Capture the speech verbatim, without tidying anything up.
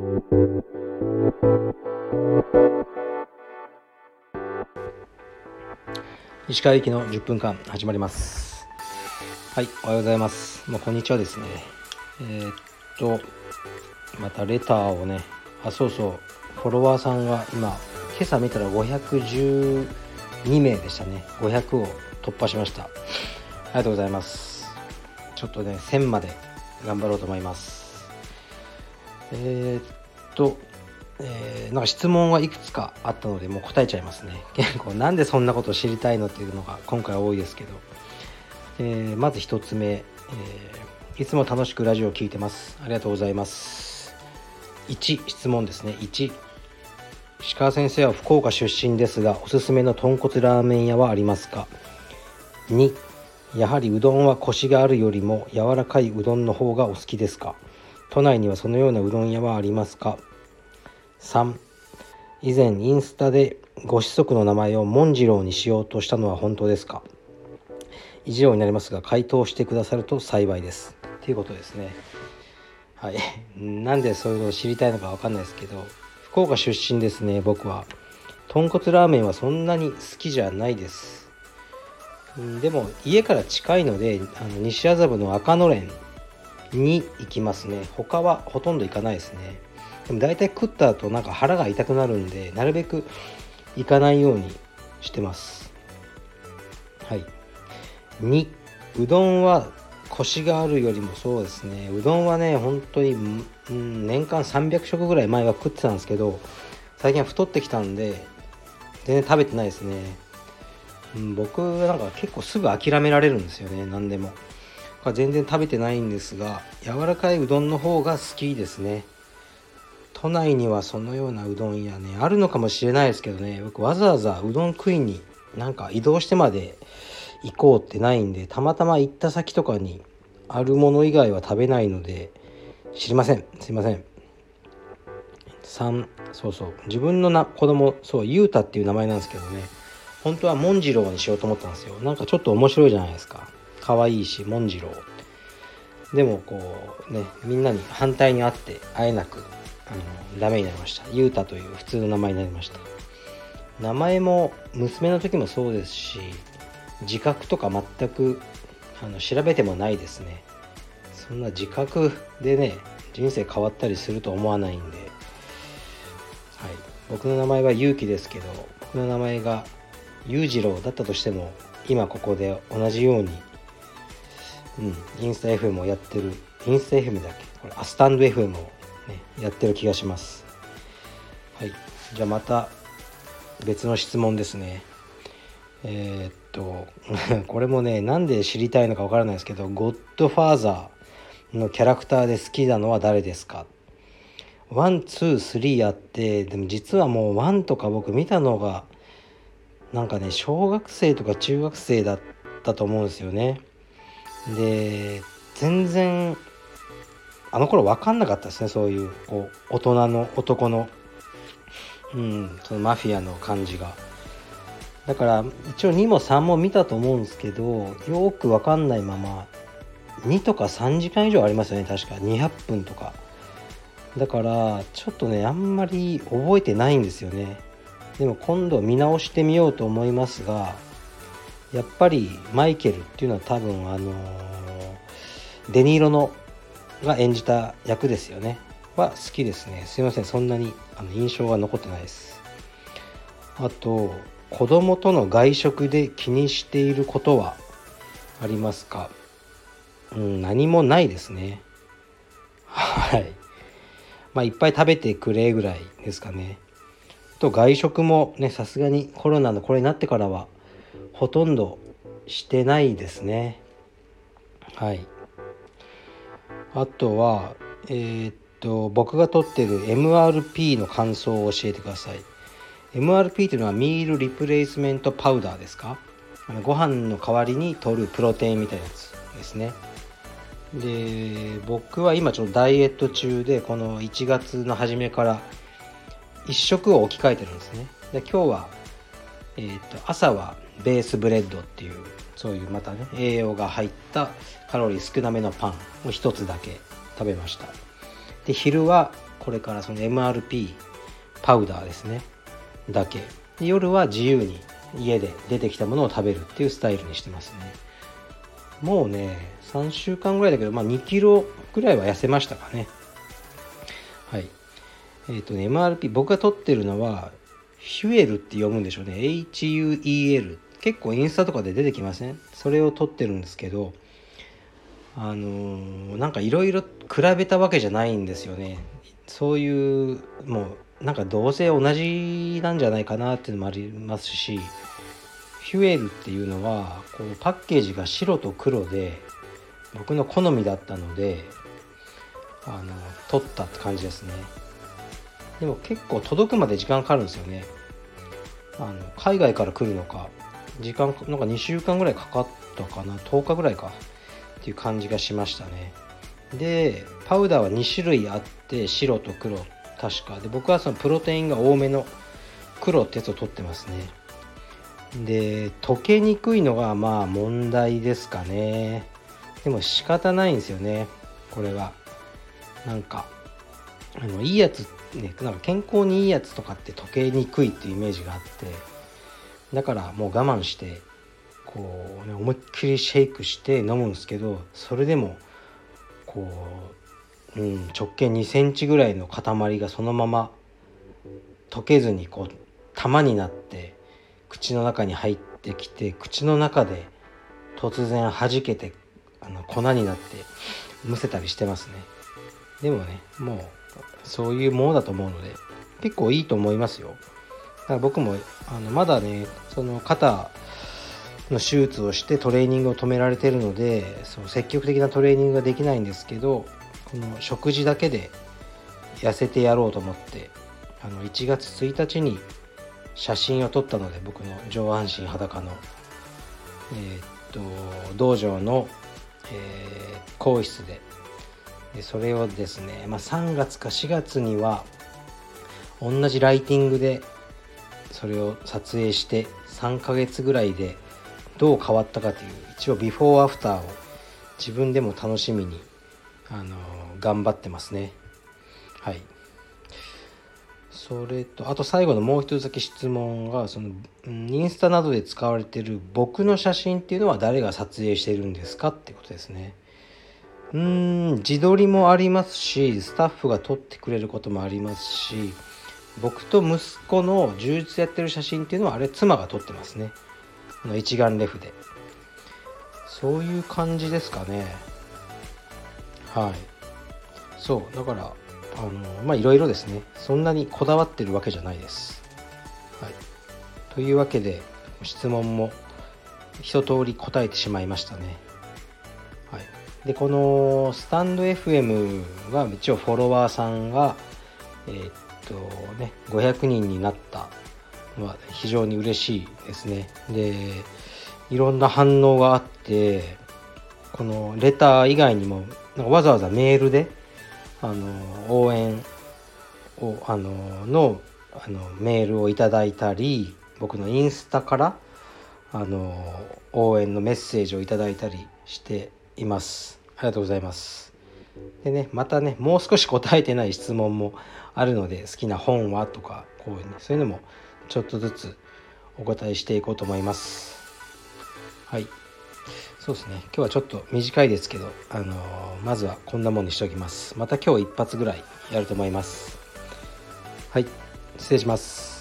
石川行きのじゅっぷんかん始まります。はい、おはようございます。まあ、こんにちはですね。えー、っとまたレターをね、あそうそうフォロワーさんが今今朝見たらごひゃくじゅうにめいでしたね。ごひゃくを突破しました。ありがとうございます。ちょっとねせんまで頑張ろうと思います。えー、っとえー、なんか質問はいくつかあったのでもう答えちゃいますね。結構なんでそんなことを知りたいのっていうのが今回多いですけど、えー、まず一つ目、えー、いつも楽しくラジオを聞いてます。ありがとうございます。いち質問ですね。いち石川先生は福岡出身ですがおすすめの豚骨ラーメン屋はありますか。にやはりうどんはコシがあるよりも柔らかいうどんの方がお好きですか。都内にはそのようなうどん屋はありますか。さん以前インスタでご子息の名前をモンジローにしようとしたのは本当ですか。以上になりますが回答してくださると幸いですということですね。はいなんでそういうのを知りたいのか分かんないですけど、福岡出身ですね。僕は豚骨ラーメンはそんなに好きじゃないです。でも家から近いのであの西麻布の赤のれんに行きますね。他はほとんど行かないですね。でも大体食った後なんか腹が痛くなるんでなるべく行かないようにしてます。はい。にうどんはコシがあるよりもそうですね。うどんはね本当に、うん、年間さんびゃくしょくぐらい前は食ってたんですけど最近は太ってきたんで全然食べてないですね。うん、僕なんか結構すぐ諦められるんですよね。何でも全然食べてないんですが柔らかいうどんの方が好きですね。都内にはそのようなうどん屋ねあるのかもしれないですけどね、僕わざわざうどん食いになんか移動してまで行こうってないんで、たまたま行った先とかにあるもの以外は食べないので知りません。すいません。さんそうそう自分のな子供そうゆうたっていう名前なんですけどね、本当はモンジローにしようと思ったんですよ。なんかちょっと面白いじゃないですか。可愛いしモンジローでもこうねみんなに反対にあって会えなくあのダメになりました。ゆうたという普通の名前になりました。名前も娘の時もそうですし自覚とか全くあの調べてもないですね。そんな自覚でね人生変わったりすると思わないんで、はい、僕の名前はゆうきですけど僕の名前がゆうじろうだったとしても今ここで同じように、うん、インスタ エフエム をやってるインスタ エフエム だっけこれあスタンド エフエム をね、やってる気がします。はい、じゃあまた別の質問ですね。えー、っとこれもねなんで知りたいのかわからないですけど、ゴッドファーザーのキャラクターで好きなのは誰ですか。ワン、ツー、スリーあって、でも実はもうワンとか僕見たのがなんかね小学生とか中学生だったと思うんですよね。で全然あの頃分かんなかったですね。そういうこう大人の男の、うん、そのマフィアの感じが。だから一応にもさんも見たと思うんですけどよく分かんないままにとかさんじかん以上ありますよね。確かにひゃっぷんとかだからちょっとねあんまり覚えてないんですよね。でも今度見直してみようと思いますがやっぱりマイケルっていうのは多分あのー、デニーロのが演じた役ですよねは好きですね。すいませんそんなにあの印象が残ってないです。あと子供との外食で気にしていることはありますか。うん、何もないですね。はいまあいっぱい食べてくれぐらいですかね。と外食もねさすがにコロナのこれになってからはほとんどしてないですね。はいあとはえー、っと僕が取ってる エムアールピー の感想を教えてください。 エムアールピー というのはミールリプレイスメントパウダーですか。あのご飯の代わりに取るプロテインみたいなやつですね。で僕は今ちょっとダイエット中でこのいちがつの初めからいっ食を置き換えてるんですね。で今日は、えー、と朝はベースブレッドっていうそういうまたね栄養が入ったカロリー少なめのパンを一つだけ食べました。で昼はこれからその エムアールピー パウダーですねだけで、夜は自由に家で出てきたものを食べるっていうスタイルにしてますね。もうねさんしゅうかんぐらいだけど、まあ、にキロぐらいは痩せましたかね。はい。えっとね エムアールピー 僕が取ってるのはヒュエルって読むんでしょうね。 エイチユーイーエル 結構インスタとかで出てきません？それを取ってるんですけど、あのー、なんかいろいろ比べたわけじゃないんですよね。そういうもうなんかどうせ同じなんじゃないかなっていうのもありますし、ヒュエルっていうのはこうパッケージが白と黒で僕の好みだったのであの取ったって感じですね。でも結構届くまで時間かかるんですよね。あの海外から来るのか時間なんかにしゅうかんぐらいかかったかな、とおかぐらいかっていう感じがしましたね。でパウダーはにしゅるいあって白と黒確かで、僕はそのプロテインが多めの黒ってやつを取ってますね。で溶けにくいのがまあ問題ですかね。でも仕方ないんですよねこれは。なんかあのいいやつね、なんか健康にいいやつとかって溶けにくいっていうイメージがあって、だからもう我慢してこうね思いっきりシェイクして飲むんですけど、それでもこう、うん、直径にセンチぐらいの塊がそのまま溶けずにこう玉になって口の中に入ってきて、口の中で突然弾けてあの粉になってむせたりしてますね。でもねもうそういうものだと思うので結構いいと思いますよ。だから僕もあのまだねその肩の手術をしてトレーニングを止められているので、その積極的なトレーニングができないんですけど、この食事だけで痩せてやろうと思ってあのいちがつついたちに写真を撮ったので、僕の上半身裸のえー、っと道場の、えー、更衣室ででそれをですね、まあ、さんがつかしがつには同じライティングでそれを撮影してさんかげつぐらいでどう変わったかという一応ビフォーアフターを自分でも楽しみに、あのー、頑張ってますね。はい。それとあと最後のもう一つだけ質問が、そのインスタなどで使われている僕の写真っていうのは誰が撮影しているんですかってことですね。うーん自撮りもありますし、スタッフが撮ってくれることもありますし、僕と息子の充実やってる写真っていうのはあれ妻が撮ってますね。あの一眼レフで。そういう感じですかね。はい。そうだからあのまあいろいろですね、そんなにこだわってるわけじゃないです。はい。というわけで質問も一通り答えてしまいましたね。はい。でこのスタンド エフエム は一応フォロワーさんがえー、っとねごひゃくにんになったのは非常に嬉しいですね。でいろんな反応があって、このレター以外にもなんかわざわざメールであの応援をあののあのメールをいただいたり、僕のインスタからあの応援のメッセージをいただいたりしています。ありがとうございます。でね、またねもう少し答えてない質問もあるので、好きな本はとかこういうね、そういうのもちょっとずつお答えしていこうと思います。はい。そうですね。今日はちょっと短いですけど、あのー、まずはこんなもんにしておきます。また今日一発ぐらいやると思います。はい。失礼します。